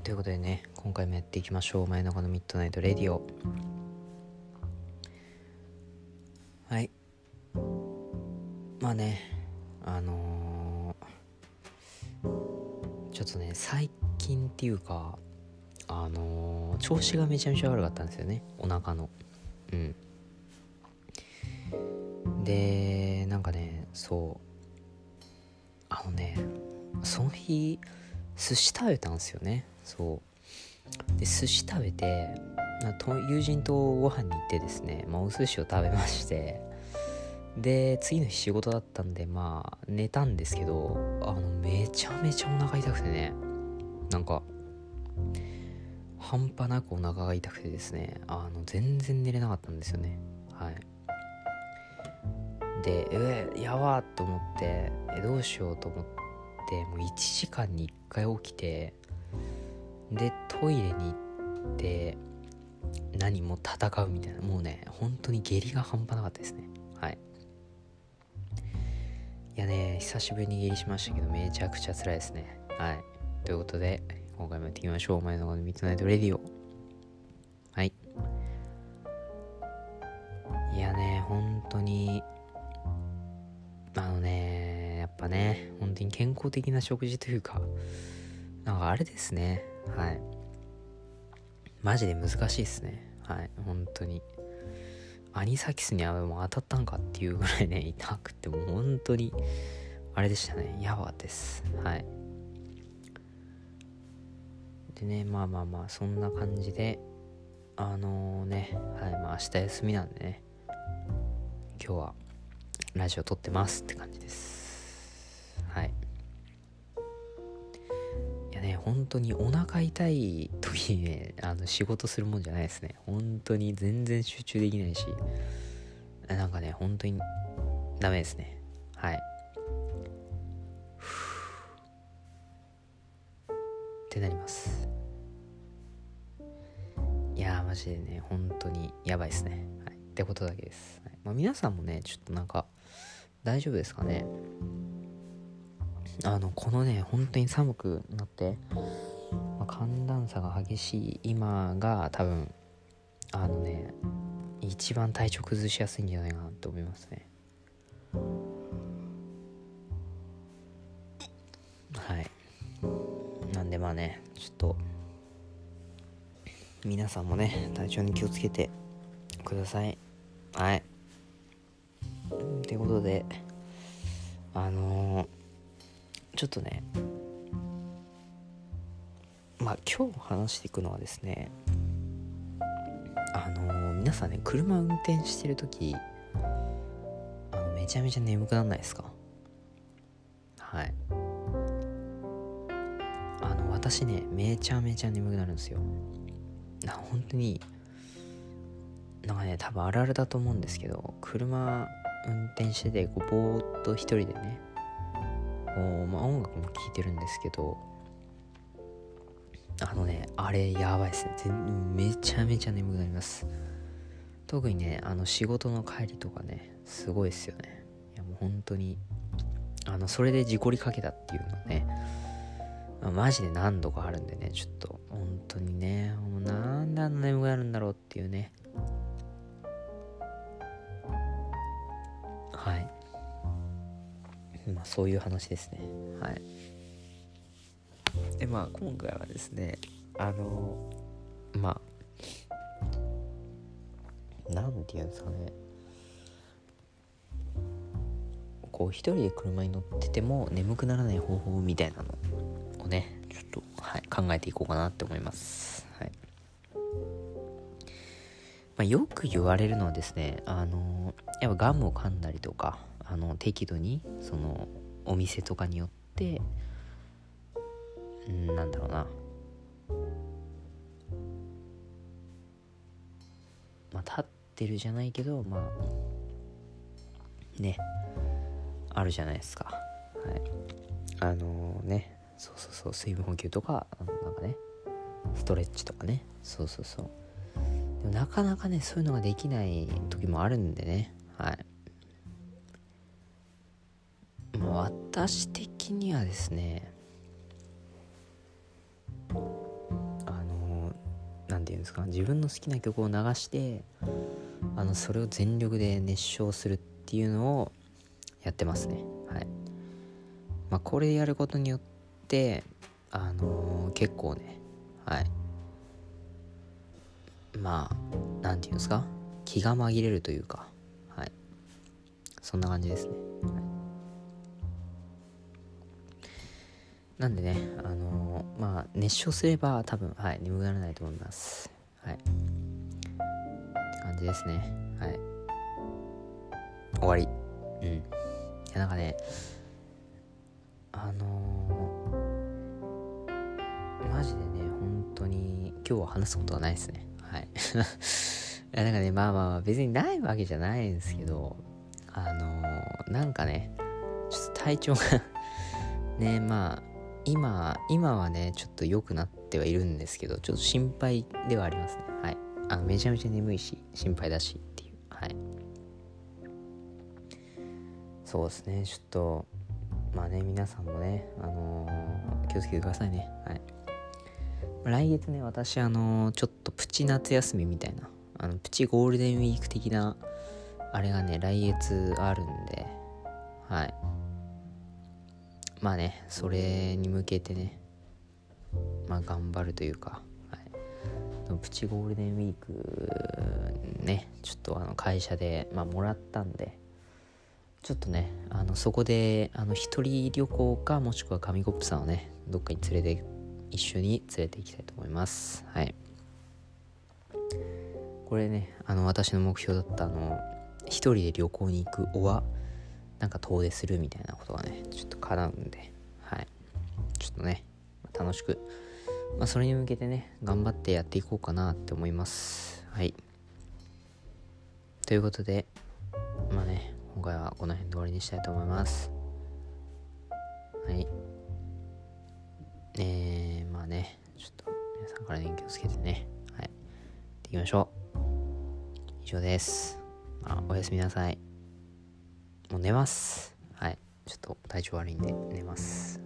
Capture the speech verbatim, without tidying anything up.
ということでね、今回もやっていきましょう。真夜中のミッドナイトレディオ。はい。まあね、あのー、ちょっとね、最近っていうか、あのー、調子がめちゃめちゃ悪かったんですよね、お腹の。うん。で、なんかね、そう、あのね、その日、寿司食べたんですよね。そうで寿司食べて友人とご飯に行ってですね、まあ、お寿司を食べまして、で次の日仕事だったんでまあ寝たんですけど、あのめちゃめちゃお腹痛くてね、なんか半端なくお腹が痛くてですね、あの全然寝れなかったんですよね。はいでえやばーと思って、えどうしようと思って、もういちじかんにいっかい起きて、でトイレに行って何も戦うみたいな、もうね本当に下痢が半端なかったですね。はい。いやね、久しぶりに下痢しましたけど、めちゃくちゃ辛いですね。はい。ということで今回もやっていきましょう。前の方のミッドナイトレディオ。はい。いやね、本当にあのね、やっぱね、本当に健康的な食事というか、なんかあれですね。はい。マジで難しいですね。はい。本当に。アニサキスにはもう当たったんかっていうぐらいね、痛くて、もう本当にあれでしたね。やばかったです。はい。でね、まあまあまあそんな感じで、あのー、ね、はい、まあ明日休みなんでね、今日はラジオ撮ってますって感じです。はい。いやね、本当にお腹痛い時にね、あの仕事するもんじゃないですね。本当に全然集中できないし、なんかね、本当にダメですね。はい。ってなります。いやーマジでね、本当にやばいですね。はい。ってことだけです。はい。まあ、皆さんもね、ちょっとなんか大丈夫ですかね。あのこのね、本当に寒くなって、まあ、寒暖差が激しい今が多分あのね、一番体調崩しやすいんじゃないかなと思いますね。はい。なんでまあね、ちょっと皆さんもね、体調に気をつけてください。はい。ってことで、あのー、ちょっとね、まあ今日話していくのはですね、あのー、皆さんね、車運転してるとき、あのめちゃめちゃ眠くならないですか？はい。あの私ね、めちゃめちゃ眠くなるんですよ。な本当になんかね、多分あるあるだと思うんですけど、車運転しててこうぼーっと一人でね、こう、まあ、音楽も聴いてるんですけど、あのね、あれやばいですね。めちゃめちゃ眠くなります。特にね、あの仕事の帰りとかね、すごいですよね。いやもう本当に、あのそれで事故りかけたっていうのね、まあ、マジで何度かあるんでね、ちょっと本当にね、もうなんであんな眠くなるんだろうっていうね。はい。まあそういう話ですね。はい。でまあ今回はですね、あのまあなんていうんですかね、こう一人で車に乗ってても眠くならない方法みたいなのをね、ちょっと、はい、考えていこうかなって思います。はい。まあ、よく言われるのはですね、あのやっぱガムを噛んだりとか、あの適度にそのお店とかによってんなんだろうな、まあ立ってるじゃないけど、まあね、あるじゃないですか。はい。あのー、ね、そうそうそう、水分補給とか、なんかね、ストレッチとかね、そうそうそう。でもなかなかね、そういうのができない時もあるんでね、はい。もう私的にはですね、 ていうんですか、自分の好きな曲を流してあのそれを全力で熱唱するっていうのをやってますね。はい。まあこれやることによってあのー、結構ね、はい、まあなんていうんですか、気が紛れるというか、はい、そんな感じですね。はい、なんでね、あのー、まあ熱唱すれば多分、はい、眠くならないと思います。はい。って感じですね。はい。終わり。うん。いやなんかね、あのー、マジでね、本当に今日は話すことはないですね。はい。いやなんかね、まあまあ別にないわけじゃないんですけど、あのー、なんかね、ちょっと体調がね、まあ今今はねちょっと良くなってはいるんですけど、ちょっと心配ではありますね。はい。あのめちゃめちゃ眠いし心配だしっていう。はい。そうですね。ちょっとまあね、皆さんもね、あのー、気をつけてくださいね。はい。来月ね、私あのー、ちょっとプチ夏休みみたいな、あのプチゴールデンウィーク的なあれがね来月あるんで、はい。まあね、それに向けてね、まあ頑張るというか、はい、プチゴールデンウィークね、ちょっとあの会社で、まあ、もらったんで、ちょっとね、あのそこであの一人旅行か、もしくは紙コップさんをね、どっかに連れて一緒に連れて行きたいと思います。はい。これね、あの私の目標だったあの一人で旅行に行くおはなんか遠出するみたいなことがねちょっと叶うんで、はい、ちょっとね楽しく、まあ、それに向けてね頑張ってやっていこうかなって思います。はい。ということで、まあね、今回はこの辺で終わりにしたいと思います。はい。えー、まあね、ちょっと皆さんから気をつけてね、はい、行っていきましょう。以上です。まあ、おやすみなさい。もう寝ます。はい。ちょっと体調悪いんで寝ます。